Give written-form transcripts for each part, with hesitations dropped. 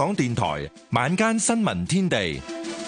港電台晚間新聞天地，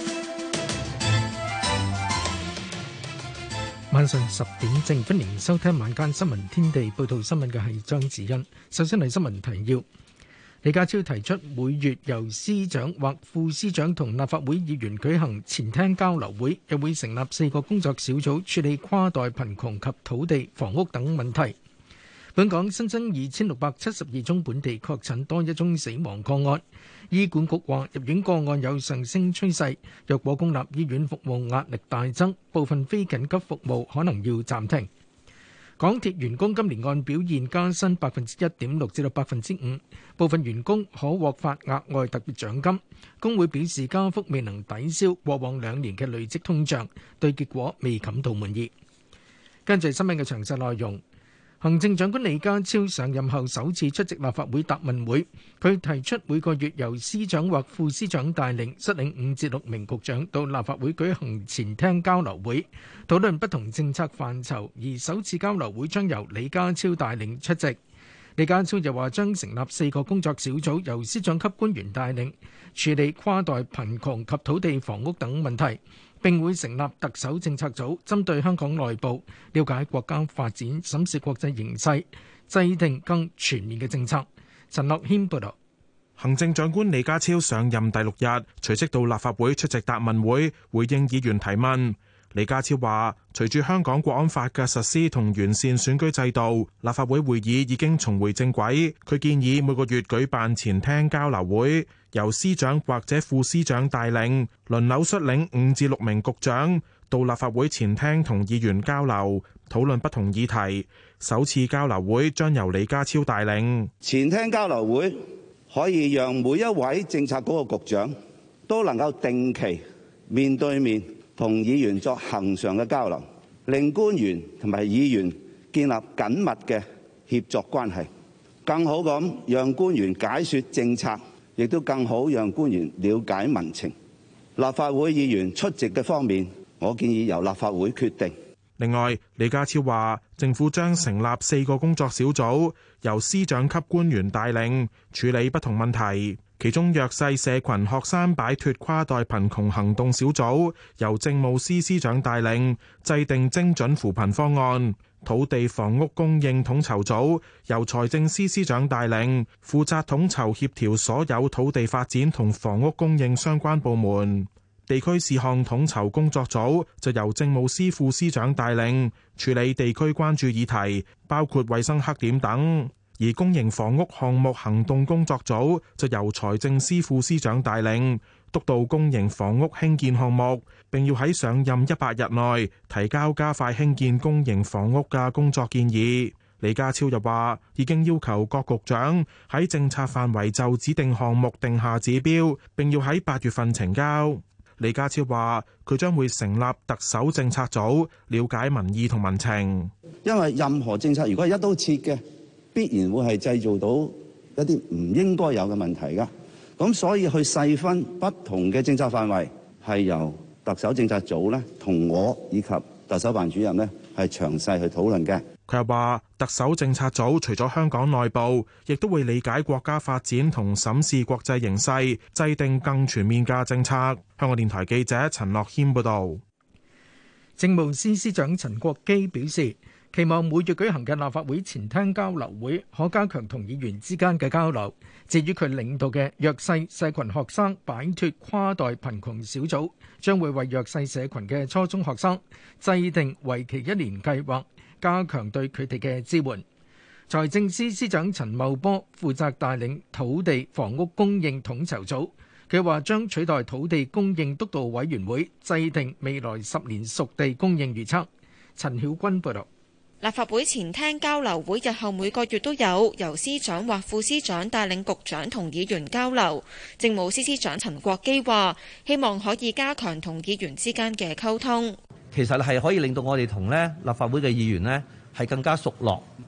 晚上10點正，歡迎收聽晚間新聞天地。報道新聞嘅係張子欣。首先係新聞提要。李家超提出每月由司長或副司長同立法會議員舉行前廳交流會，又會成立4個工作小組處理跨代貧窮及土地、房屋等問題。本港新增2672宗本地確診，多1宗死亡個案。醫管局話入院個案有上升趨勢，若果公立醫院服務壓力大增，部分非緊急服務可能要暫停。港鐵員工今年按表現加薪1.6%至到5%，部分員工可獲發額外特別獎金。工會表示加幅未能抵消過往2年嘅累積通脹，對結果未感到滿意。跟住新聞嘅詳細內容。行政長官李家超上任後首次出席立法會答問會，佢提出每個月由司長或副司長帶領，率領5至6名局長到立法會舉行前廳交流會，討論不同政策範疇，而首次交流會將由李家超帶領出席。李家超又話將成立4個工作小組，由司長級官員帶領，處理跨代貧窮及土地房屋等問題。並會成立特首政策組，針對香港內部了解國家發展、審視國際形勢，制定更全面嘅政策。陳樂謙報道。 行政長官李家超上任第6日，隨即到立法會出席答問會，回應議員提問。李家超話，隨住香港國安法嘅實施同完善選舉制度，立法會會議已經重回正軌。佢建議每個月舉辦前廳交流會，由司長或者副司長帶領，輪流率領5至6名局長到立法會前廳同議員交流，討論不同議題。首次交流會將由李家超帶領。 前廳交流會可以讓每一位政策局嘅局長都能夠定期面對面同議員作恆常嘅交流，令官員同埋議員建立緊密嘅協作關係，更好咁讓官員解說政策，亦都更好讓官員了解民情。立法會議員出席嘅方面，我建議由立法會決定。 另外，李家超話政府將成立4個工作小組，由司長級官員帶領，處理不同問題。其中弱勢社群學生擺脫跨代貧窮行動小組由政務司司長帶領，制定精準扶貧方案。土地房屋供應統籌組由財政司司長帶領，負責統籌協調所有土地發展同房屋供應相關部門。地區事項統籌工作組就由政務司副司長帶領，處理地區關注議題，包括衛生黑點等。而公營房屋項目行動工作組就由財政司副司長帶領，督導公營房屋興建項目，並要喺上任100日內提交加快興建公營房屋嘅工作建議。李家超又話，已經要求各局長喺政策範圍就指定項目定下指標，並要喺8月份呈交。李家超話，佢將會成立特首政策組，了解民意同民情。 因為任何政策如果係一刀切嘅，必然會係製造到一啲唔應該有嘅問題㗎。咁所以去細分不同嘅政策範圍，係由特首政策組咧同我以及特首辦主任咧係詳細去討論嘅。 佢又話，特首政策組除咗香港內部，亦都會理解國家發展同審視國際形勢，制定更全面嘅政策。香港電台記者陳樂謙報道。 政務司司長陳國基表示，期望每月舉行嘅立法會前廳交流會可加強同議員之間嘅交流。至於佢領導嘅弱勢社群學生擺脫跨代貧窮小組，將會為弱勢社群嘅初中學生制定為期1年計劃，加強對佢哋嘅支援。財政司司長陳茂波負責帶領土地房屋供應統籌組，佢話將取代土地供應督導委員會，制定未來10年熟地供應預測。陳曉君報導。 立法會前廳交流會日後每個月都有，由司長或副司長帶領局長同議員交流。政務司司長陳國基話，希望可以加強同議員之間嘅溝通。 其實係可以令到我哋同立法會嘅議員係更加熟絡，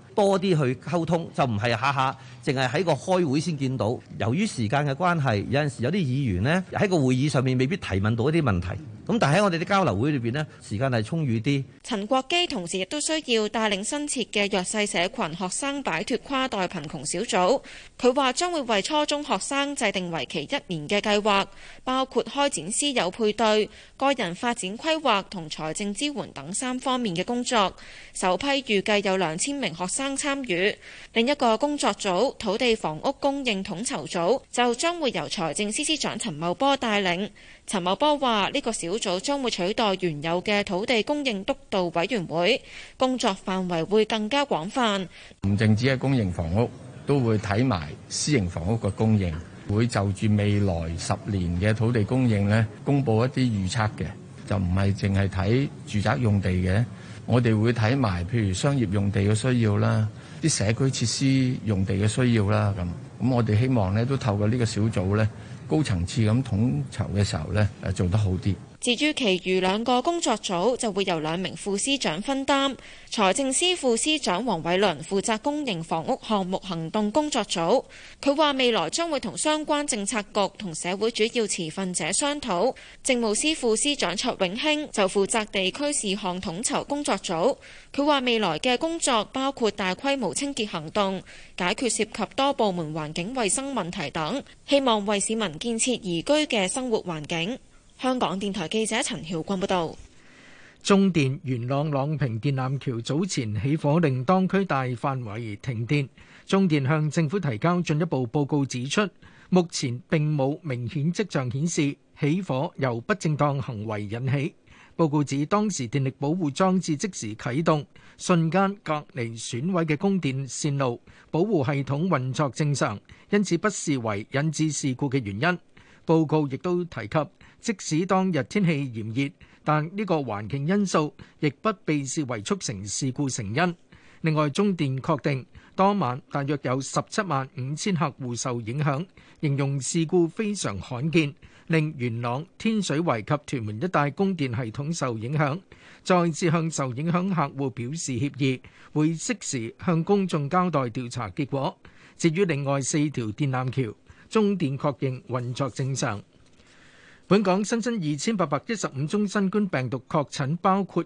多啲去溝通，就唔係下下淨係喺個開會先見到。由於時間嘅關係，有陣時有啲議員呢喺個會議上面未必提問到一啲問題。咁但係喺我哋啲交流會裏邊呢，時間係充裕啲。 陳國基同時亦都需要帶領新設嘅弱勢社群學生擺脫跨代貧窮小組。佢話將會為初中學生制定為期1年嘅計劃，包括開展師友配對、個人發展規劃同財政支援等3方面嘅工作。首批預計有2000名學生參與。另一個工作組土地房屋供應統籌組就將會由財政司司長陳茂波帶領。陳茂波話呢個小組將會取代原有嘅土地供應督導委員會，工作範圍會更加廣泛。 唔淨止係公營房屋，都會睇埋私營房屋嘅供應，會就住未來10年嘅土地供應呢，公佈一啲預測嘅，就唔係淨係睇住宅用地嘅，我哋會睇埋譬如商業用地嘅需要啦，啲社區設施用地嘅需要啦，咁我哋希望呢都透過呢個小組呢，高層次咁統籌嘅時候呢，做得好啲。 至於其餘2個工作組就會由2名副司長分擔。財政司副司長黃偉綸負責公營房屋項目行動工作組。佢話未來將會同相關政策局同社會主要持份者商討。政務司副司長卓永興就負責地區事項統籌工作組。佢話未來嘅工作包括大規模清潔行動，解決涉及多部門環境衛生問題等，希望為市民建設宜居嘅生活環境。香港電台記者陳曉君報道。 中電元朗朗屏電纜橋早前起火，令當區大範圍停電。中電向政府提交進一步報告指出，目前並冇明顯跡象顯示起火由不正當行為引起。報告指當時電力保護裝置即時啟動，瞬間隔離損毀嘅供電線路，保護系統運作正常，因此不視為引致事故嘅原因。報告亦都提及，即使當日天氣炎熱，但呢個環境因素亦不被視為促成事故成因。另外，中電確定當晚大約有175000客戶受影響，形容事故非常罕見，令元朗、天水圍及屯門一帶供電系統受影響。再次向受影響客戶表示歉意，會適時向公眾交代調查結果。至於另外4條電纜橋，中電確認運作正常。本港新增2815宗新冠病毒確診，包括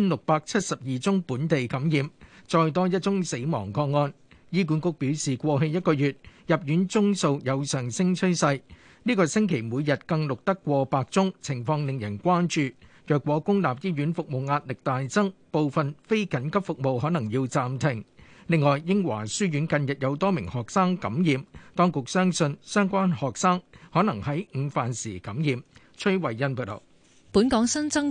2672宗本地感染，再多1宗死亡個案。醫管局表示，過去1個月入院宗數有上升趨勢，呢個星期每日更錄得過百宗，情況令人關注。若果公立醫院服務壓力大增，部分非緊急服務可能要暫停。另外，英華書院近日有多名學生感染，當局相信相關學生可能喺午飯時感染。崔慧欣報道。 本港新增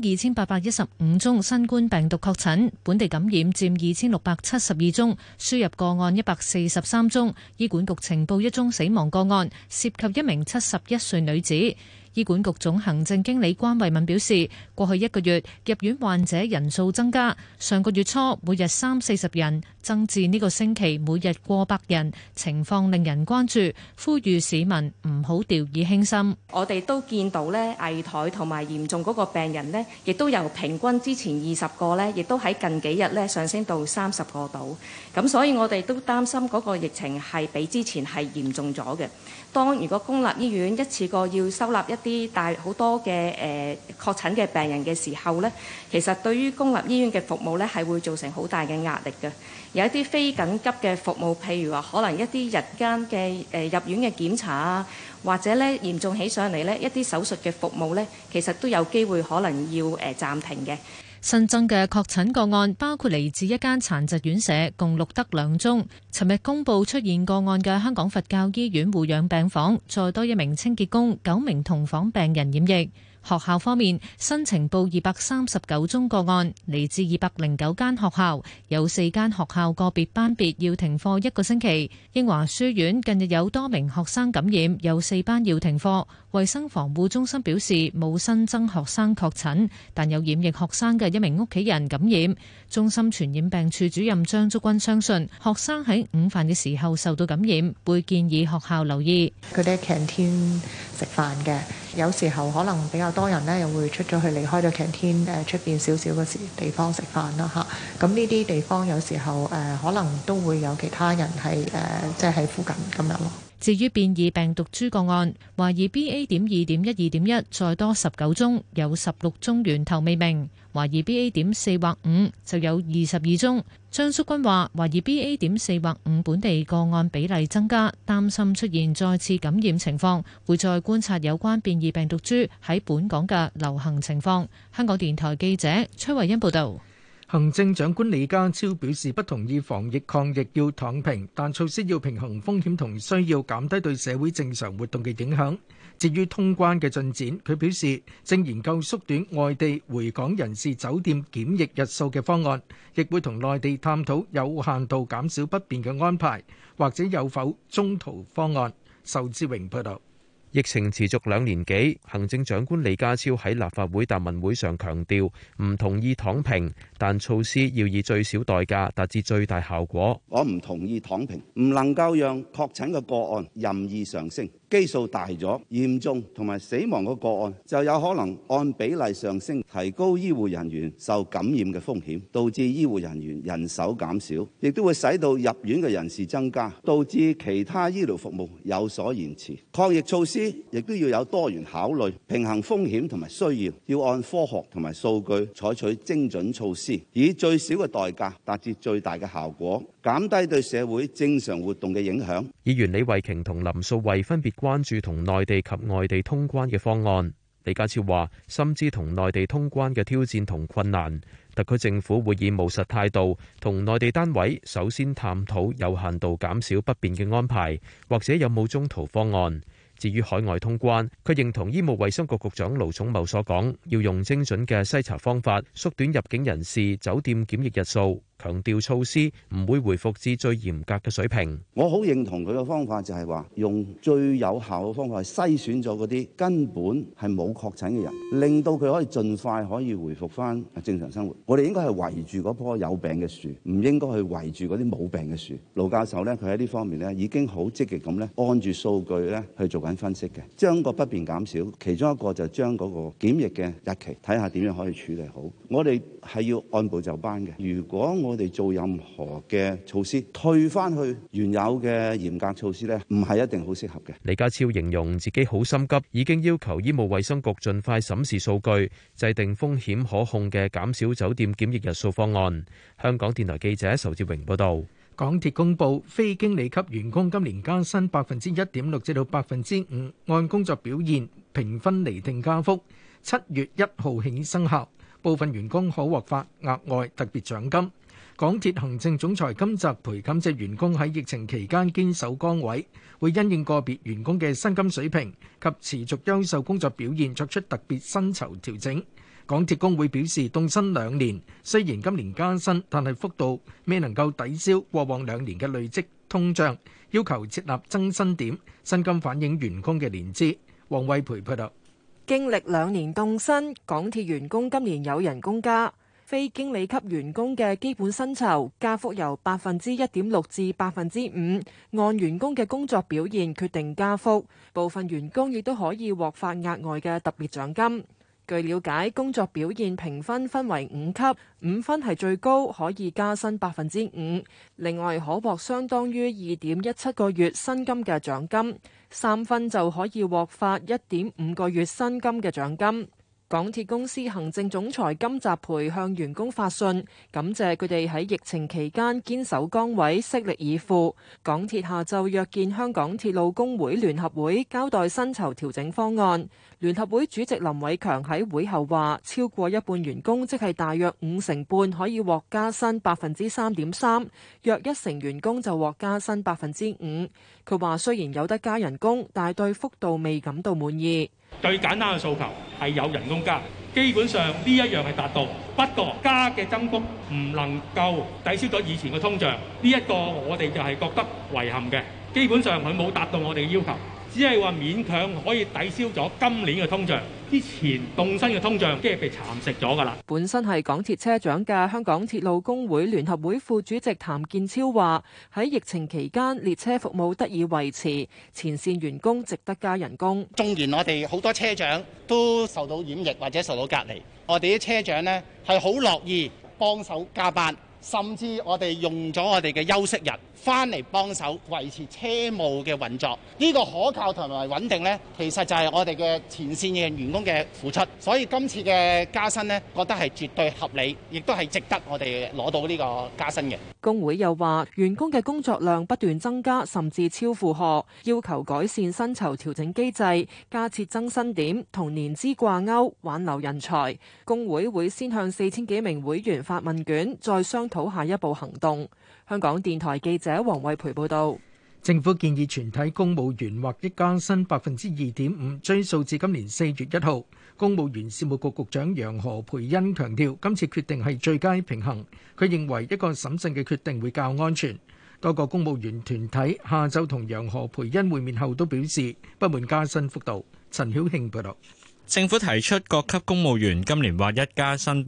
2815宗新冠病毒確診，本地感染佔2672宗，輸入個案143宗。醫管局呈報1宗死亡個案，涉及1名71歲女子。醫管局總行政經理關慧敏表示，過去1個月入院患者人數增加，上個月初每日30-40人，增至呢個星期每日過百人，情況令人關注，呼籲市民唔好掉以輕心。 我哋都見到咧，危殆同埋嚴重嗰個病人呢，亦都由平均之前20個咧，亦都喺近幾日咧上升到30個度。咁所以我哋都擔心嗰個疫情係比之前係嚴重咗嘅。如果公立醫院一次過要收納一啲大好多嘅確診嘅病人嘅時候呢，其實對於公立醫院嘅服務呢係會造成好大嘅壓力嘅。有一啲非緊急嘅服務，譬如話可能一啲日間嘅入院嘅檢查啊，或者呢嚴重起上嚟呢一啲手術嘅服務呢，其實都有機會可能要暫停嘅。 新增嘅確診個案包括嚟自一間殘疾院舍，共錄得2宗。尋日公佈出現個案嘅香港佛教醫院護養病房，再多1名清潔工、9名同房病人染疫。學校方面，新呈報239宗個案，嚟自209間學校，有4間學校個別班別要停課1個星期。英華書院近日有多名學生感染，有4班要停課。衛生防護中心表示冇新增學生確診，但有染疫學生嘅1名屋企人感染。中心傳染病處主任張竹君相信，學生喺午飯嘅時候受到感染，會建議學校留意。 佢哋喺 canteen 食飯嘅。 有時候可能比較多人呢，又會出咗去離開咗 canteen 出邊少少嘅地方食飯啦嚇。咁呢啲地方有時候可能都會有其他人係即係喺附近咁樣咯。 至於變異病毒株個案，懷疑 BA.2.12.1 再多19宗，有16宗源頭未明；懷疑 BA.4或5就有22宗。張竹君話：懷疑 BA.4或5本地個案比例增加，擔心出現再次感染情況，會再觀察有關變異病毒株喺本港嘅流行情況。香港電台記者崔慧欣報道。 行政長官李家超表示不同意防疫抗疫要躺平，但措施要平衡風險同需要，減低對社會正常活動嘅影響。至於通關嘅進展，佢表示正研究縮短外地回港人士酒店檢疫日數嘅方案，亦會同內地探討有限度減少不便嘅安排，或者有否中途方案。仇志榮報導。 疫情持續2年幾，行政長官李家超喺立法會答問會上強調，唔同意躺平，但措施要以最少代價達至最大效果。 我唔同意躺平，唔能夠讓確診嘅個案任意上升，基數大咗，嚴重同埋死亡嘅個案就有可能按比例上升，提高醫護人員受感染嘅風險，導致醫護人員人手減少，亦都會使到入院嘅人士增加，導致其他醫療服務有所延遲。抗疫措施亦都要有多元考慮，平衡風險同埋需要，要按科學同埋數據採取精準措施，以最少嘅代價達至最大嘅效果，減低對社會正常活動嘅影響。 議員李慧瓊同林素慧分別關注同內地及外地通關嘅方案。李家超話：深知同內地通關嘅挑戰同困難，特區政府會以務實態度同內地單位首先探討有限度減少不便嘅安排，或者有冇中途方案。至於海外通關，佢認同醫務衛生局局長盧寵茂所講，要用精準嘅篩查方法縮短入境人士酒店檢疫日數，強調措施唔會回復至最嚴格嘅水平。 我好認同佢嘅方法，就係話用最有效嘅方法去篩選咗嗰啲根本係冇確診嘅人，令到佢可以盡快可以回復翻正常生活。我哋應該係圍住嗰棵有病嘅樹，唔應該去圍住嗰啲冇病嘅樹。盧教授呢，佢喺呢方面呢已經好積極咁咧，按住數據咧去做緊分析嘅，將個不便減少，其中一個就將嗰個檢疫嘅日期睇下點樣可以處理好。我哋係要按部就班嘅。如果我哋做任何嘅措施，退翻去原有嘅嚴格措施呢，唔係一定好適合嘅。 李家超形容自己好心急，已經要求醫務衛生局盡快審視數據，制定風險可控嘅減少酒店檢疫日數方案。香港電台記者仇志榮報導。 港鐵公布非經理級員工今年加薪1.6%至到5%，按工作表現評分釐定加幅，7月1號起生效。部分員工可獲發額外特別獎金。港鐵行政總裁金澤培感謝員工喺疫情期間堅守崗位，會因應個別員工嘅薪金水平及持續優秀工作表現作出特別薪酬調整。港鐵工會表示，凍薪2年，雖然今年加薪，但係幅度未能夠抵消過往2年嘅累積通脹，要求設立增薪點，薪金反映員工嘅年資。黃惠培報道。 經歷2年凍薪，港鐵員工今年有人工加。非經理級員工嘅基本薪酬加幅由1.6%至5%，按員工嘅工作表現決定加幅。部分員工亦都可以獲發額外嘅特別獎金。據了解，工作表現評分分為5級，5分係最高，可以加薪5%。另外可獲相當於2.17個月薪金嘅獎金，3分就可以獲發1.5個月薪金嘅獎金。港鐵公司行政總裁金澤培向員工發信，感謝佢哋喺疫情期間堅守崗位，悉力以赴。港鐵下晝約見香港鐵路工會聯合會，交代薪酬調整方案。聯合會主席林偉強喺會後話，超過一半員工，即係大約5成半可以獲加薪3.3%，約1成員工就獲加薪5%。佢話雖然有得加人工，但係對幅度未感到滿意。 最簡單嘅訴求係有人工加，基本上呢一樣係達到，不過加嘅增幅唔能夠抵消咗以前嘅通脹，呢一個我哋就係覺得遺憾嘅。基本上佢冇達到我哋嘅要求，只係話勉強可以抵消咗今年嘅通脹。 之前凍薪嘅通脹即係被蠶食咗㗎啦。 本身係港鐵車長嘅香港鐵路工會聯合會副主席譚建超話：喺疫情期間，列車服務得以維持，前線員工值得加人工。 縱然我哋好多車長都受到染疫或者受到隔離，我哋啲車長呢係好樂意幫手加班，甚至我哋用咗我哋嘅休息日翻嚟幫手維持車務嘅運作。呢個可靠同埋穩定呢，其實就係我哋嘅前線嘅員工嘅付出。所以今次嘅加薪呢，覺得係絕對合理，亦都係值得我哋攞到呢個加薪嘅。 工會又話，員工嘅工作量不斷增加，甚至超負荷，要求改善薪酬調整機制，加設增薪點同年資掛鈎，挽留人才。工會會先向4000幾名會員發問卷，再商討下一步行動。香港電台記者黃慧培報道。 政府建議全體公務員劃一加薪2.5%，追溯至今年4月1號。公務員事務局局長楊何蓓茵強調，今次決定係最佳平衡。佢認為一個審慎嘅決定會較安全。多個公務員團體下晝同楊何蓓茵會面後都表示不滿加薪幅度。陳曉慶報道。 政府提出各級公務員今年劃一加薪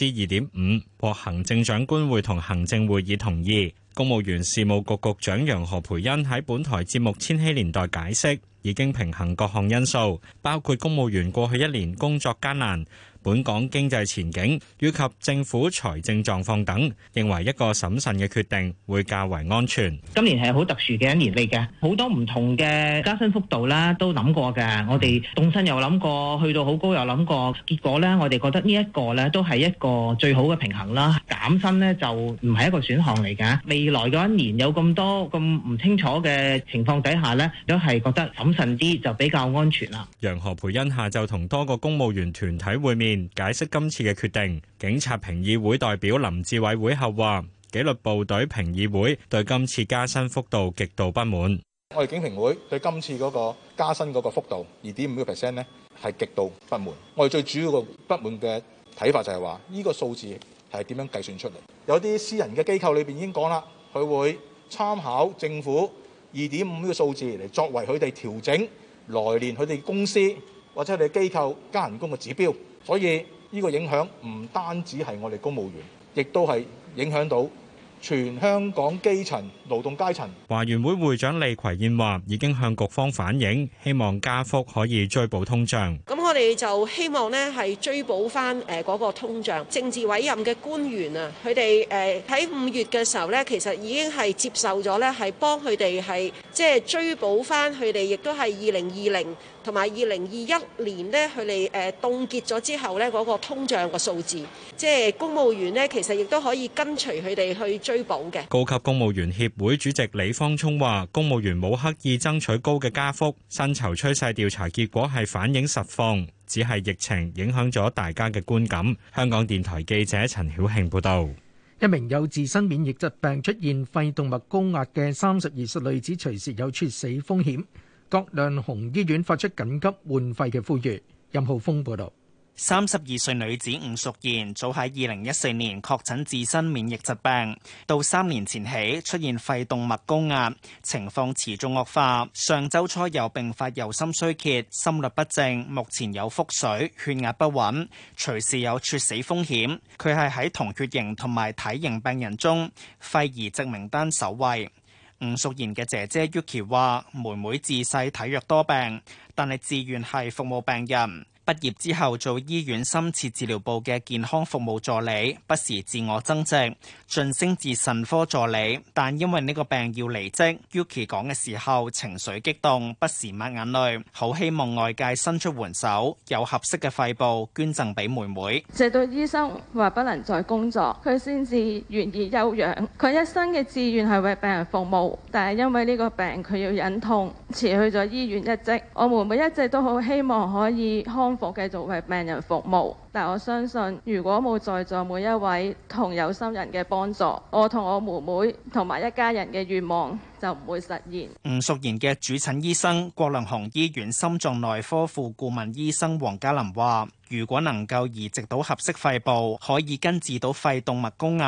2.5%，獲行政長官會同行政會議同意。公務員事務局局長楊何蓓茵喺本台節目《千禧年代》解釋，已經平衡各項因素，包括公務員過去1年工作艱難、本港經濟前景以及政府財政狀況等，認為一個審慎嘅決定會較為安全。 今年係好特殊嘅一年嚟嘅，好多唔同嘅加薪幅度啦，都諗過嘅。我哋凍薪又諗過，去到好高又諗過，結果呢，我哋覺得呢一個呢都係一個最好嘅平衡啦。減薪呢就唔係一個選項嚟嘅。未來嗰一年有咁多咁唔清楚嘅情況底下呢，都係覺得審慎啲就比較安全啦。 楊何蓓茵下晝同多個公務員團體會面，解釋今次嘅決定。警察評議會代表林志偉會後話，紀律部隊評議會對今次加薪幅度極度不滿。 我哋警評會對今次嗰個加薪嗰個幅度2.5%呢係極度不滿。我哋最主要個不滿嘅睇法就係話，呢個數字係點樣計算出嚟？有啲私人嘅機構裏邊已經講啦，佢會參考政府2.5呢個數字嚟作為佢哋調整來年佢哋公司或者佢哋機構加人工嘅指標。所以呢個影響唔單止係我哋公務員，亦都係影響到全香港基層勞動階層。 華員會會長李葵燕話：已經向局方反映，希望加幅可以追補通脹。 咁我哋就希望呢係追補翻嗰個通脹。政治委任嘅官員啊，佢哋喺5月嘅時候呢，其實已經係接受咗呢，係幫佢哋係即係追補翻佢哋，亦都係2020同埋2021年呢，佢哋凍結咗之後呢嗰個通脹個數字，即係公務員呢，其實亦都可以跟隨佢哋去追補嘅。 高級公務員協會主席李方聰話：公務員冇刻意爭取高嘅加幅，薪酬趨勢調查結果係反映實況，只係疫情影響咗大家嘅觀感。香港電台記者陳曉慶報導。 一名有自身免疫疾病出現肺動脈高壓嘅32歲女子隨時有猝死風險。葛量洪醫院發出緊急換肺嘅呼籲。任浩峰報導。 32歲女子吳淑賢早喺2014年確診自身免疫疾病，到3年前起出現肺動脈高壓，情況持續惡化。上週初又併發右心衰竭、心律不正，目前有腹水、血壓不穩，隨時有猝死風險。佢係喺同血型同埋體型病人中肺移植名單首位。吳淑賢嘅姐姐 Yuki 話：妹妹自細體弱多病，但係志願係服務病人。畢業之後做醫院深切治療部嘅健康服務助理，不時自我增值，晉升至腎科助理。但因為呢個病要離職 ，Yuki 講嘅時候情緒激動，不時抹眼淚，好希望外界伸出援手，有合適嘅肺部捐贈俾妹妹。 直到醫生話不能再工作，佢先至願意休養。佢一生嘅志願係為病人服務，但係因為呢個病佢要忍痛辭去咗醫院一職。我妹妹一直都好希望可以康復繼續為病人服務，但我相信如果冇在座每一位同有心人嘅幫助，我同我妹妹同埋一家人嘅願望就唔會實現。 吳淑賢嘅主診醫生葛量洪醫院心臟內科副顧問醫生黃嘉林話：如果能夠移植到合適肺部，可以根治到肺動脈高壓。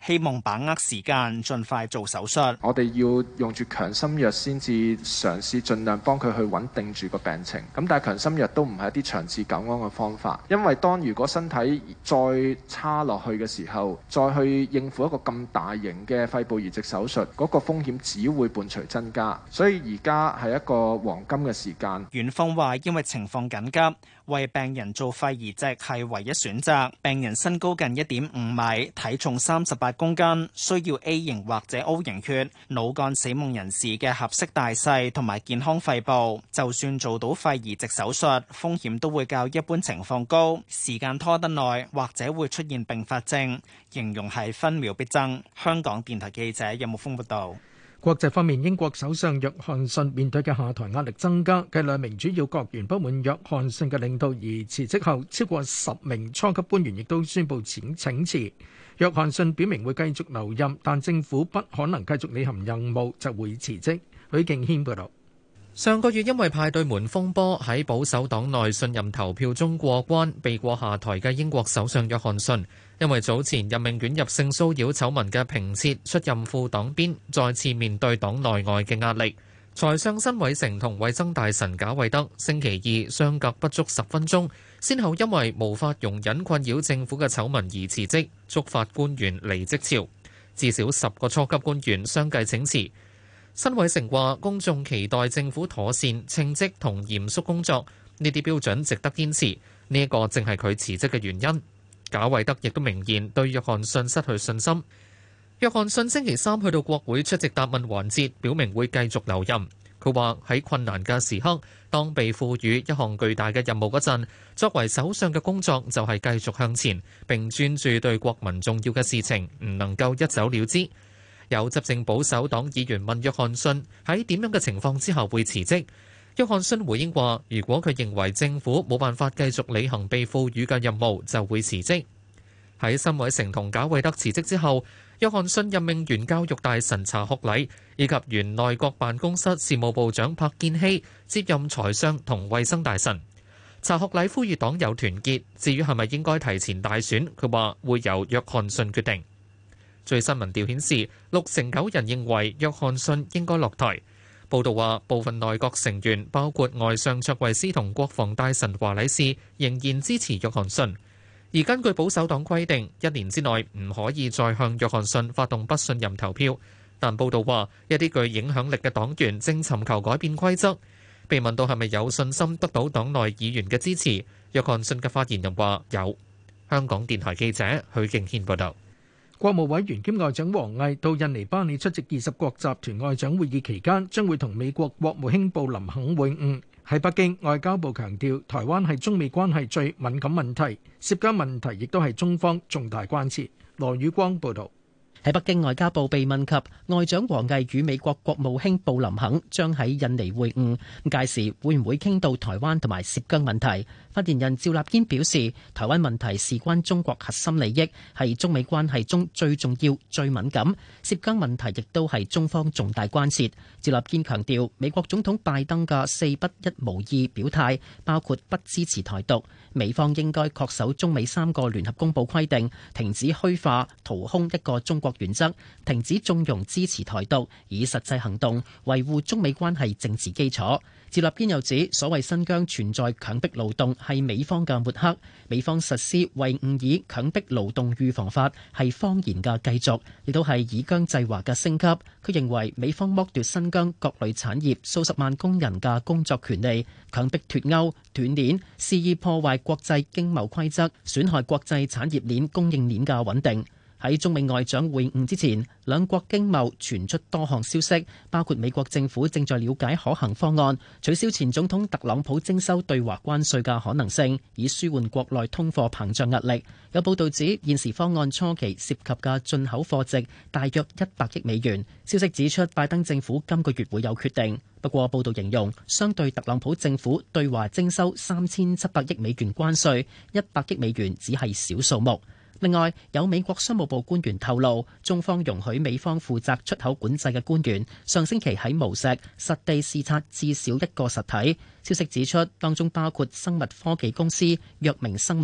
希望把握時間，盡快做手術。 我哋要用住強心藥先至嘗試盡量幫佢去穩定住個病情。咁但係強心藥都唔係一啲長治久安嘅方法，因為當如果身體再差落去嘅時候，再去應付一個咁大型嘅肺部移植手術，嗰個風險只會伴隨增加。所以而家係一個黃金嘅時間。 院方話，因為情況緊急，為病人做肺移植係唯一選擇。病人身高近1.5米，體重38公斤，需要 A 型或者 O 型血，腦幹死亡人士嘅合適大細同埋健康肺部，就算做到肺移植手術，風險都會較一般情況高，時間拖得耐或者會出現併發症，形容係分秒必爭。香港電台記者任木峰報道。 國際方面，英國首相約翰遜面對嘅下台壓力增加，繼兩名主要閣員不滿約翰遜嘅領導而辭職後，超過10名初級官員亦都宣布請辭。約翰遜表明會繼續留任，但政府不可能繼續履行任務就會辭職。許敬軒報導。 上個月因為派對門風波喺保守黨內信任投票中過關，避過下台嘅英國首相約翰遜，因為早前任命捲入性騷擾醜聞嘅平切出任副黨鞭，再次面對黨內外嘅壓力。財相辛偉誠同衛生大臣賈偉德星期二相隔不足10分鐘，先後因為無法容忍困擾政府嘅醜聞而辭職，觸發官員離職潮。至少10個初級官員相繼請辭。辛偉誠話：公眾期待政府妥善、稱職同嚴肅工作，呢啲標準值得堅持。呢一個正係佢辭職嘅原因。賈偉德亦都明言對約翰遜失去信心。約翰遜星期三去到國會出席答問環節，表明會繼續留任。佢話喺困難嘅時刻，當被賦予一項巨大嘅任務嗰陣，作為首相嘅工作就係繼續向前，並專注對國民重要嘅事情，唔能夠一走了之。有執政保守黨議員問約翰遜喺點樣嘅情況之下會辭職，約翰遜回應話：如果佢認為政府冇辦法繼續履行被賦予嘅任務，就會辭職。喺辛偉誠同賈偉德辭職之後，約翰遜任命原教育大臣查學禮以及原內閣辦公室事務部長柏建熙接任財相同衛生大臣。查學禮呼籲黨友團結，至於係咪應該提前大選，佢話會由約翰遜決定。最新民調顯示，69%人認為約翰遜應該落台。報道話，部分內閣成員，包括外相卓慧思同國防大臣華禮士，仍然支持約翰遜。而根據保守黨規定，1年之內唔可以再向約翰遜發動不信任投票。但報道話，一啲具影響力嘅黨員正尋求改變規則。被問到係咪有信心得到黨內議員嘅支持，約翰遜嘅發言人話有。香港電台記者許敬軒報道。 國務委員兼外長王毅到印尼巴里出席20國集團外長會議期間，將會同美國國務卿布林肯會晤。喺北京，外交部強調，台灣係中美關係最敏感問題，涉疆問題亦都係中方重大關切。羅宇光報導。 喺北京，外交部被問及外長王毅與美國國務卿布林肯將喺印尼會晤，屆時會唔會傾到台灣同埋涉疆問題？發言人趙立堅表示，台灣問題事關中國核心利益，係中美關係中最重要、最敏感。涉疆問題亦都係中方重大關切。趙立堅強調，美國總統拜登嘅4不1無2表態，包括不支持台獨，美方應該恪守中美3個聯合公報規定，停止虛化、掏空一個中國原則，停止縱容支持台獨，以實際行動維護中美關係政治基礎。趙立堅又指，所謂新疆存在強迫勞動係美方嘅抹黑，美方實施維吾爾強迫勞動預防法係謊言嘅繼續，亦都係以疆制華嘅升級。佢認為美方剝奪新疆各類產業數十萬工人嘅工作權利，強迫脫鈎斷鏈，肆意破壞國際經貿規則，損害國際產業鏈供應鏈嘅穩定。喺中美外長會晤之前，兩國經貿傳出多項消息，包括美國政府正在了解可行方案，取消前總統特朗普徵收對華關稅嘅可能性，以舒緩國內通貨膨脹壓力。有報道指，現時方案初期涉及嘅進口貨值大約100億美元。消息指出，拜登政府今個月會有決定。不過，報道形容，相對特朗普政府對華徵收3700億美元關稅，100億美元只係小數目。另外，有美國商務部官員透露，中方容許美方負責出口管制嘅官員上星期喺無錫實地視察至少1個實體。消息指出，當中包括生物科技公司藥明生物。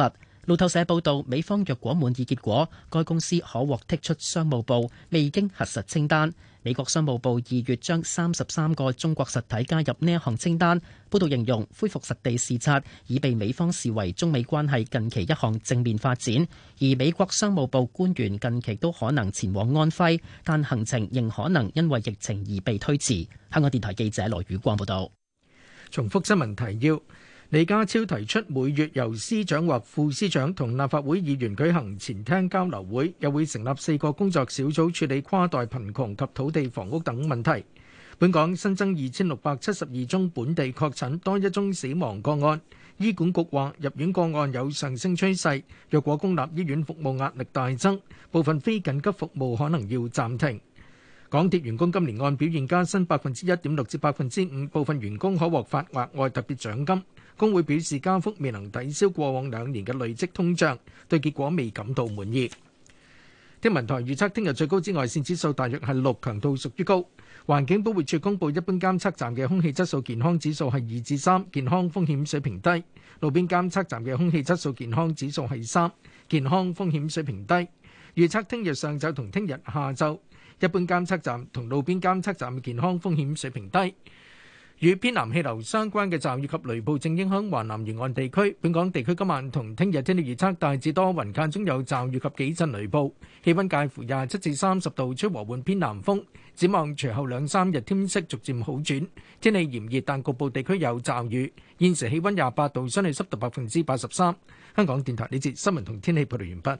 路透社報道，美方若果滿意結果，該公司可獲剔出商務部未經核實清單。美國商務部2月將33個中國實體加入呢一項清單。報道形容恢復實地視察已被美方視為中美關係近期一項正面發展，而美國商務部官員近期都可能前往安徽，但行程仍可能因為疫情而被推遲。香港電台記者羅宇光報道。 重複新聞提要。李家超提出每月由司長或副司長同立法會議員舉行前廳交流會，又會成立4個工作小組處理跨代貧窮及土地房屋等問題。本港新增2672宗本地確診，多1宗死亡個案。醫管局話入院個案有上升趨勢，若果公立醫院服務壓力大增，部分非緊急服務可能要暫停。港鐵員工今年按表現加薪1.6%至5%，部分員工可獲發額外特別獎金。工會表示加幅未能抵消過往2年嘅累積通脹，對結果未感到滿意。天文台預測聽日最高紫外線指數大約係6，強度屬於高。環境保護署公佈一般監測站嘅空氣質素健康指數係2至3，健康風險水平低；路邊監測站嘅空氣質素健康指數係3，健康風險水平低。預測聽日上晝同聽日下晝，一般監測站同路邊監測站嘅健康風險水平低。與偏南氣流相關嘅驟雨及雷暴正影響華南沿岸地區。本港地區今晚同聽日天氣預測大致多雲，間中有驟雨及幾陣雷暴，氣溫介乎27至30度，吹和緩偏南風。展望隨後2-3日天色逐漸好轉，天氣炎熱，但局部地區有驟雨。現時氣溫28度，相對濕度83%。香港電台呢節新聞同天氣報道完畢。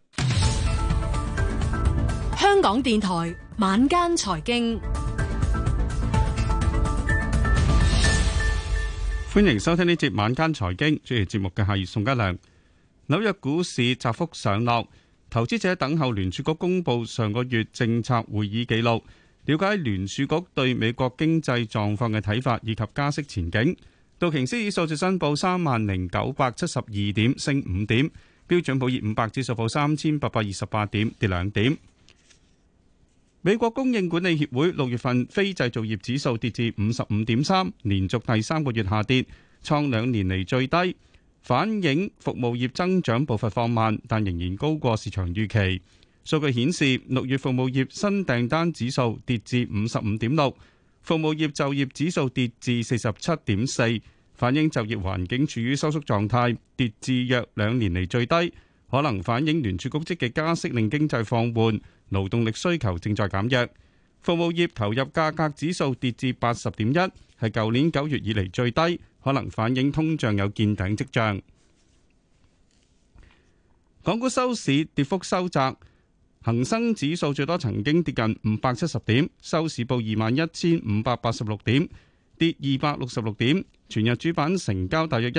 香港電台晚間財經。 歡迎收聽呢節晚間財經，主持節目嘅係宋家良。紐約股市窄幅上落，投資者等候聯儲局公布上個月政策會議記錄，了解聯儲局對美國經濟狀況嘅睇法以及加息前景。道瓊斯指數升報30,972點，升5點；標準普爾500指數報3,828點，跌2點。美國供應管理協會6月份非製造業指數跌至 55.3， 連續第3個月下跌，創2年嚟最低，反映服務業增長步伐放慢，但仍然高過市場預期。數據顯示，6月服務業新訂單指數跌至 55.6， 服務業就業指數跌至 47.4， 反映就業環境處於收縮狀態，跌至約2年嚟最低，可能反映聯儲局積極加息令經濟放緩，勞動力需求正在減弱。服務業投入價格指數跌至 80.1， 係舊年9月以嚟最低，可能反映通脹有見頂跡象。港股收市跌幅收窄，恒生指數最多曾經跌近570點，收市報 21,586 點，跌266點。全日主板成交大約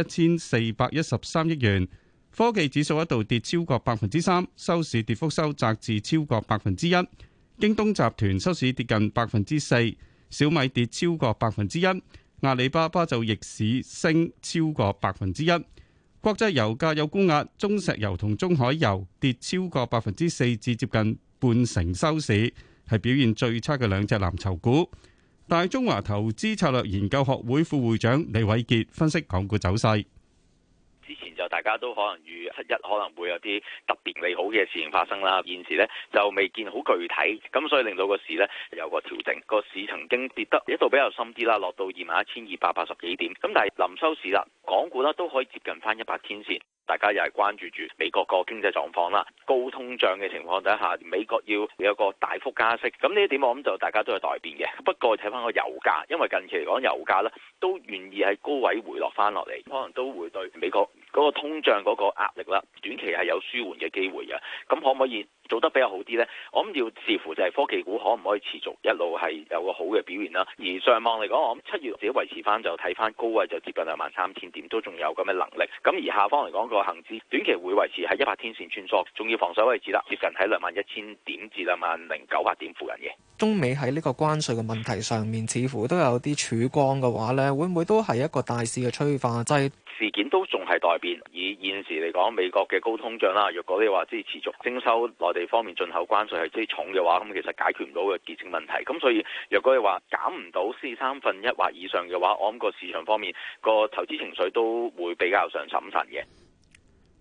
1413億元。科技指數一度跌超過 3%， 收市跌幅收窄至超過 1%。京東集團收市跌近 4%， 小米跌超過 1%， 阿里巴巴就逆市升超過 1%。國際油價有沽壓，中石油同中海油跌超過 4% 至接近半成收市，係表現最差嘅兩隻藍籌股。大中華投資策略研究學會副會長李偉傑分析港股走勢。 之前就大家都可能預7-1可能會有啲特別利好嘅事情發生啦，現時呢就未見好具體，咁所以令到個市呢有個調整，個市曾經跌得一度比較深啲啦，落到21,280幾點，咁但係臨收市啦，港股呢都可以接近翻100天線。大家又係關注住美國個經濟狀況啦，高通脹嘅情況底下，美國要有個大幅加息，咁呢一點我諗就大家都係待變嘅。不過睇翻個油價，因為近期嚟講油價呢都願意喺高位回落翻落嚟，可能都會對美國嗰個通脹嗰個壓力啦，短期係有舒緩嘅機會嘅。咁可唔可以做得比較好啲呢？我諗要視乎就係科技股可唔可以持續一路係有個好嘅表現啦。而上望嚟講，我諗7月自己維持翻就睇翻高位就接近23,000點，都仲有咁嘅能力。咁而下方嚟講，個恒指短期會維持喺100天線穿梭，仲要防守位置啦，接近喺21,000點至20,098點附近嘅。 中美喺呢個關稅嘅問題上面，似乎都有啲曙光嘅話呢，會唔會都係一個大市嘅催化劑？ 事件都仲係待變，以現時嚟講，美國嘅高通脹啦，若果你話即係持續徵收內地方面進口關稅係即係重嘅話，咁其實解決唔到嘅結症問題。咁所以若果你話減唔到3分1或以上嘅話，我諗個市場方面個投資情緒都會比較上審慎嘅。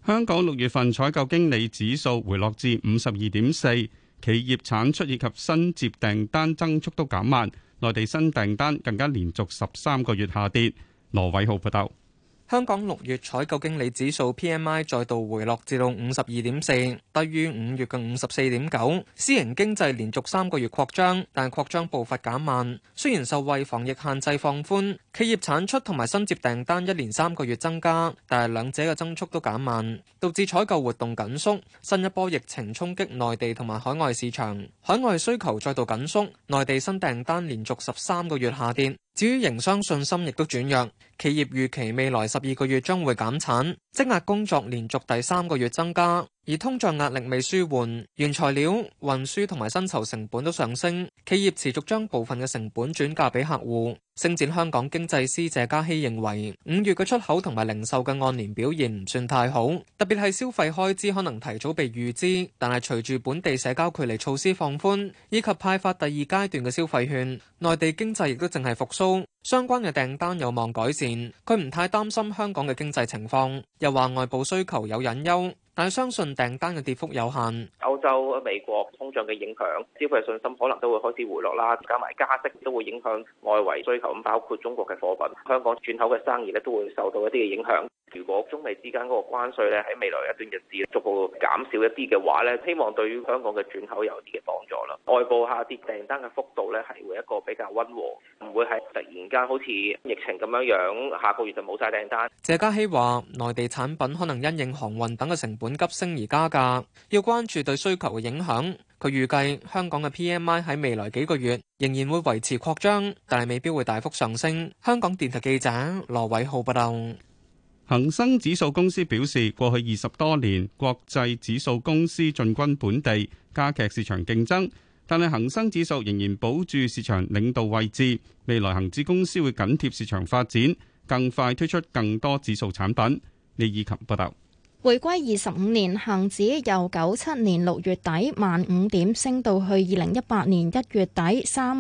香港6月份採購經理指數回落至52.4，企業產出以及新接訂單增速都減慢，內地新訂單更加連續13個月下跌。羅偉浩報道。 香港6月採購經理指數 PMI 再度回落至到52.4，低於5月嘅54.9。私營經濟連續3個月擴張，但擴張步伐減慢。雖然受惠防疫限制放寬，企業產出同埋新接訂單一連3個月增加，但係兩者嘅增速都減慢，導致採購活動緊縮。新一波疫情衝擊內地同埋海外市場，海外需求再度緊縮，內地新訂單連續13個月下跌。至於營商信心亦都轉弱，企業預期未來12個月將會減產，積壓工作連續第3個月增加，而通脹壓力未舒緩，原材料、運輸同埋薪酬成本都上升，企業持續將部分嘅成本轉嫁俾客戶。星展香港經濟師謝嘉熙認為，5月嘅出口同埋零售嘅按年表現唔算太好，特別係消費開支可能提早被預支，但係隨住本地社交距離措施放寬，以及派發第2階段嘅消費券，內地經濟亦都淨係復甦，相關嘅訂單有望改善。佢唔太擔心香港嘅經濟情況，又話外部需求有隱憂，但係相信訂單嘅跌幅有限。 歐洲、美國通脹嘅影響，消費信心可能都會開始回落啦，加埋加息都會影響外圍需求，咁包括中國嘅貨品，香港轉口嘅生意咧都會受到一啲嘅影響。如果中美之間嗰個關稅咧喺未來一段日子逐步減少一啲嘅話咧，希望對於香港嘅轉口有啲嘅幫助啦。外部下跌訂單嘅幅度咧係會一個比較溫和，唔會係突然間好似疫情咁樣，下個月就冇晒訂單。 謝嘉熙話：內地產品可能因應航運等嘅成本急升而加價，要關注對需求嘅影響。佢預計香港嘅 PMI 喺未來幾個月仍然會維持擴張，但係未必會大幅上升。香港電台記者羅偉浩報道。 恒生指數公司表示，過去20多年，國際指數公司進軍本地，加劇市場競爭，但係恒生指數仍然保住市場領導位置。未來恒指公司會緊貼市場發展，更快推出更多指數產品。李以琴報道。 回歸25年，恒指由97年6月底15000點升到去2018年1月底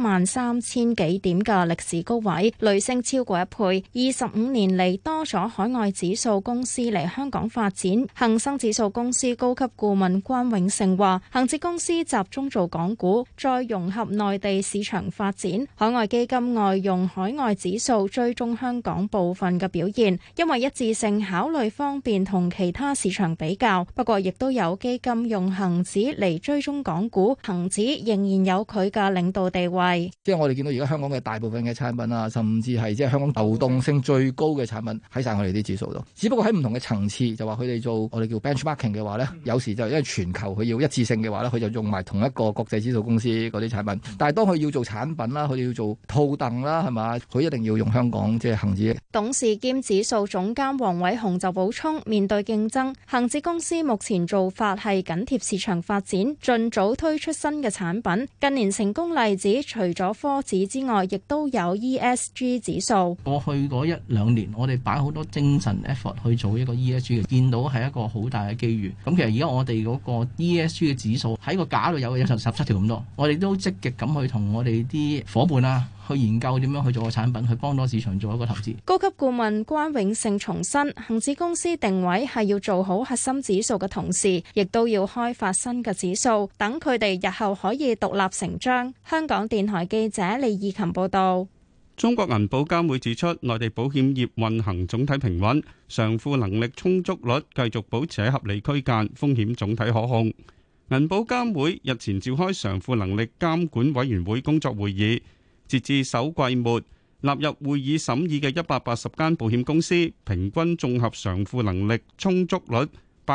33000幾點嘅歷史高位，累升超過1倍。25年嚟多咗海外指數公司嚟香港發展。恒生指數公司高級顧問關永勝話，恒指公司集中做港股，再融合內地市場發展。海外基金外用海外指數追蹤香港部分嘅表現，因為一致性考慮方便同其他市場比較，不過亦都有基金用恒指嚟追蹤港股，恒指仍然有佢嘅領導地位。 即係我哋見到而家香港嘅大部分嘅產品啊，甚至係即係香港流動性最高嘅產品喺晒我哋啲指數度。只不過喺唔同嘅層次，就話佢哋做我哋叫 benchmarking 嘅話呢，有時就因為全球佢要一致性嘅話呢，佢就用埋同一個國際指數公司嗰啲產品。但係當佢要做產品啦，佢哋要做套戥啦，係嘛，佢一定要用香港即係恒指。 董事兼指數總監黃偉雄就補充，面對競爭，恒指公司目前做法係緊貼市場發展，盡早推出新嘅產品。近年成功例子除咗科指之外，亦都有 ESG 指數。 過去嗰1-2年，我哋擺好多精神 effort 去做一個 ESG 嘅，見到係一個好大嘅機遇。咁其實而家我哋嗰個 ESG 嘅指數喺個架度有17條咁多，我哋都積極咁去同我哋啲伙伴啊，去研究點樣去做個產品，去幫到市場做一個投資。 高級顧問關永勝重申，恒指公司定位係要做好核心指數嘅同時，亦都要開發新嘅指數，等佢哋日後可以獨立成章。香港電台記者李義琴報道。 中國銀保監會指出，內地保險業運行總體平穩，償付能力充足率繼續保持喺合理區間，風險總體可控。銀保監會日前召開償付能力監管委員會工作會議，截至首季末，納入會議審議嘅180間保險公司，平均綜合償付能力充足率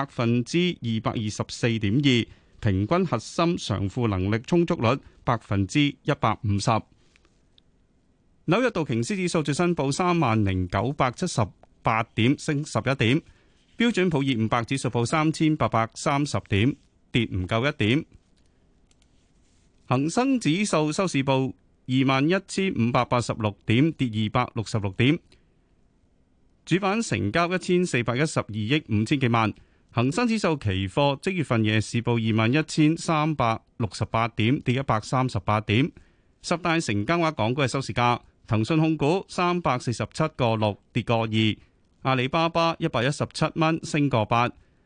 224.2%，平均核心償付能力充足率150%。紐約道瓊斯指數最新報30,978點，升11點；標準普爾500指數報3,830點，跌唔夠1點。恒生指數收市報21,586點，跌266點。主板成交1412億5千幾萬。恒生指數期貨即月份夜市報21,368點，跌138點。十大成交額港股嘅收市價。騰訊控股347個6跌個2，阿里巴巴117蚊升個8，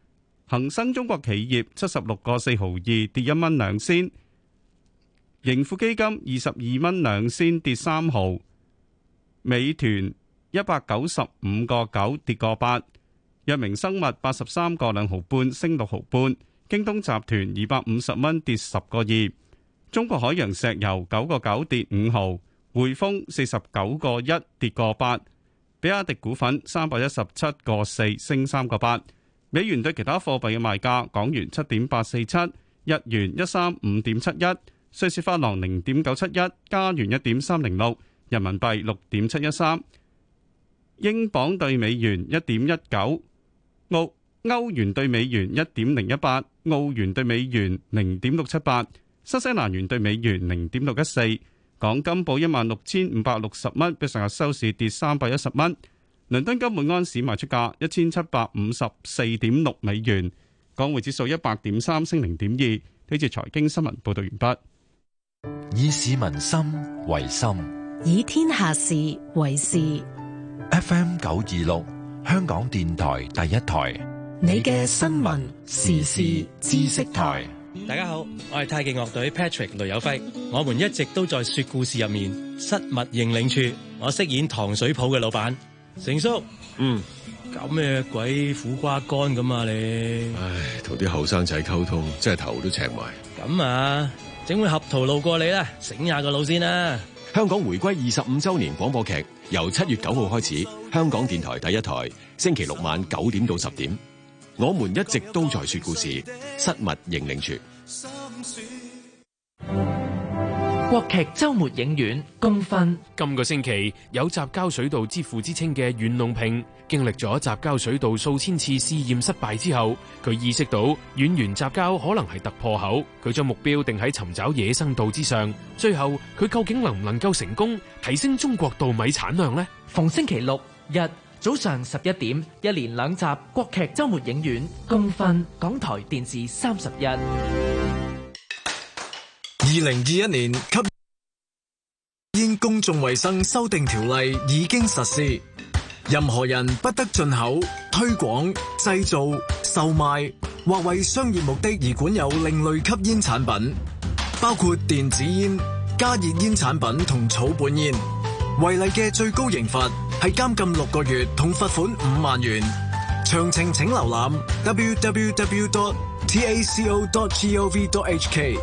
恒生中國企業76個4毫2跌1蚊2仙，盈富基金22蚊2仙跌3毫，美團195個9跌個8，藥明生物83個2毫半升6毫半，京東集團250蚊跌10個2，中國海洋石油9個9跌5毫，匯豐49個1跌個8，比亞迪股份317個4升3個8。美元對其他貨幣嘅賣價：港元7.847，日元135.71，瑞士法郎0.971，加元1.306，人民幣6.713，英鎊對美元1.19，歐元對美元1.018，澳元對美元0.678，新西蘭元對美元0.614。港金報16,560蚊，比上日收市跌310蚊。倫敦金每安士賣出價1754.6美元，港匯指數100.3升0.2。呢節財經新聞報道完畢。 以市民心為心， 以天下事為事。 FM 926，香港電台第一台， 你嘅新聞時事知識台。 大家好，我係太極樂隊 Patrick 雷有輝，我們一直都在說故事入面。失物認領處，我飾演糖水鋪嘅老闆。成叔，搞咩鬼苦瓜乾咁啊你？ 唉，同啲後生仔溝通，真係頭都赤埋。 咁啊，整碗合桃路過你啦，醒下個腦先啦。 香港回歸25週年廣播劇，由7月9號開始，香港電台第一台，星期六晚9點到10點。我們一直都在說故事，失物認領處。 國劇周末影院公分。 今個星期有雜交水稻之父之稱嘅袁隆平，經歷咗雜交水稻數千次試驗失敗之後，佢意識到遠緣雜交可能係突破口，佢將目標定喺尋找野生稻之上。最後佢究竟能唔能夠成功提升中國稻米產量呢？ 逢星期六日早上11點，一連2集國劇周末影院公分，港台電視31。 2021年吸煙公眾衛生修訂條例已經實施，任何人不得進口、推廣、製造、售賣或為商業目的而管有另類吸煙產品，包括電子煙、加熱煙產品同草本煙。違例嘅最高刑罰係監禁6個月同罰款5萬元。詳情請瀏覽 www.taco.gov.hk。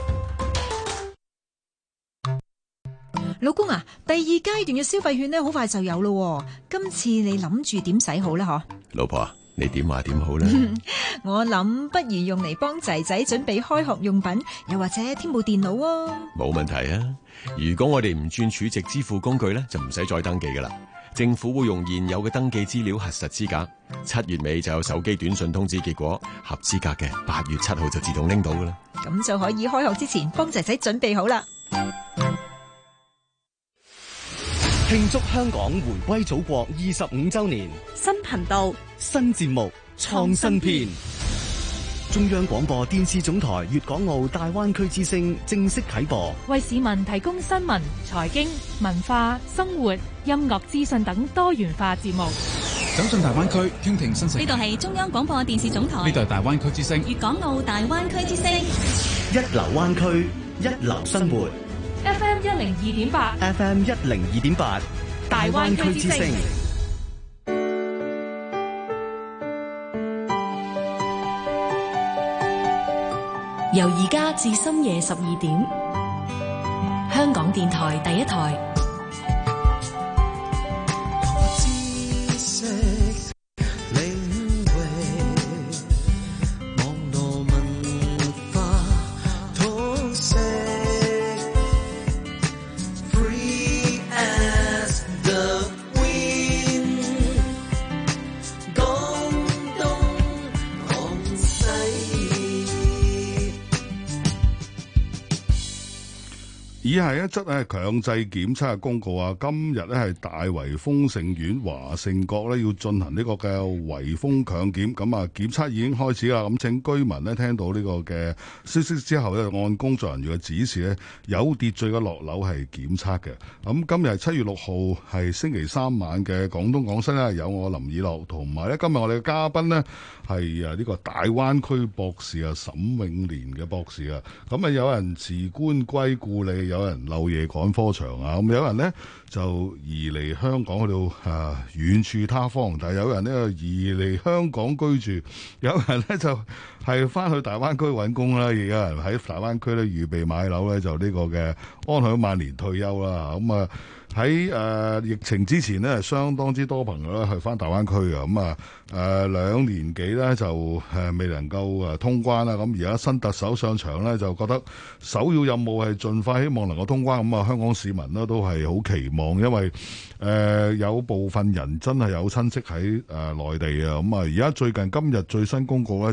老公啊，第2階段嘅消費券呢，好快就有咯。今次你諗住點使好呢？嗬， 老婆，你點話點好呢？ 我諗不如用嚟幫仔仔準備開學用品，又或者添部電腦啊。 冇問題啊！如果我哋唔轉儲值支付工具呢，就唔使再登記噶啦。政府會用現有嘅登記資料核實資格，7月尾就有手機短信通知結果，合資格嘅8月7號就自動拎到噶啦。 咁就可以開學之前幫仔仔準備好啦。 慶祝香港回歸祖國25週年， 新頻道、 新節目、創新篇。中央廣播電視總台粵港澳大灣區之聲正式啟播， 為市民提供新聞、財經、文化、生活、音樂資訊等多元化節目。 走進大灣區，傾聽新世界。 呢度係中央廣播電視總台， 呢度係大灣區之聲， 粵港澳大灣區之聲， 一流灣區，一流生活。 FM 102.8 FM 102.8 大灣區之聲。 由而家至深夜12點，香港電台第一台。 以下一則咧強制檢測嘅公告啊，今日咧係大圍豐盛苑華盛閣咧要進行呢個嘅圍封強檢，咁啊檢測已經開始啦。咁請居民咧聽到呢個嘅消息之後咧，按工作人員嘅指示咧，有秩序嘅落樓係檢測嘅。咁今日係7月6號係星期三晚嘅廣東廣西咧，有我林以樂同埋咧今日我哋嘅嘉賓呢係呢個大灣區博士啊沈永年嘅博士啊。咁啊有人辭官歸故里，有人漏夜趕科場啊，咁有人呢就移離香港去到遠處他方，但係有人呢移離香港居住，有人呢就係翻去大灣區揾工啦，亦有人喺大灣區咧預備買樓咧，就呢個嘅安享晚年退休啦。咁啊喺疫情之前呢，相當之多朋友咧去翻大灣區嘅，咁啊2年幾咧就未能夠通關啦。咁而家新特首上場咧，就覺得首要任務係盡快希望能夠通關。咁啊香港市民呢都係好期望，因為有部分人真係有親戚喺內地啊。咁啊而家最近今日最新公告咧。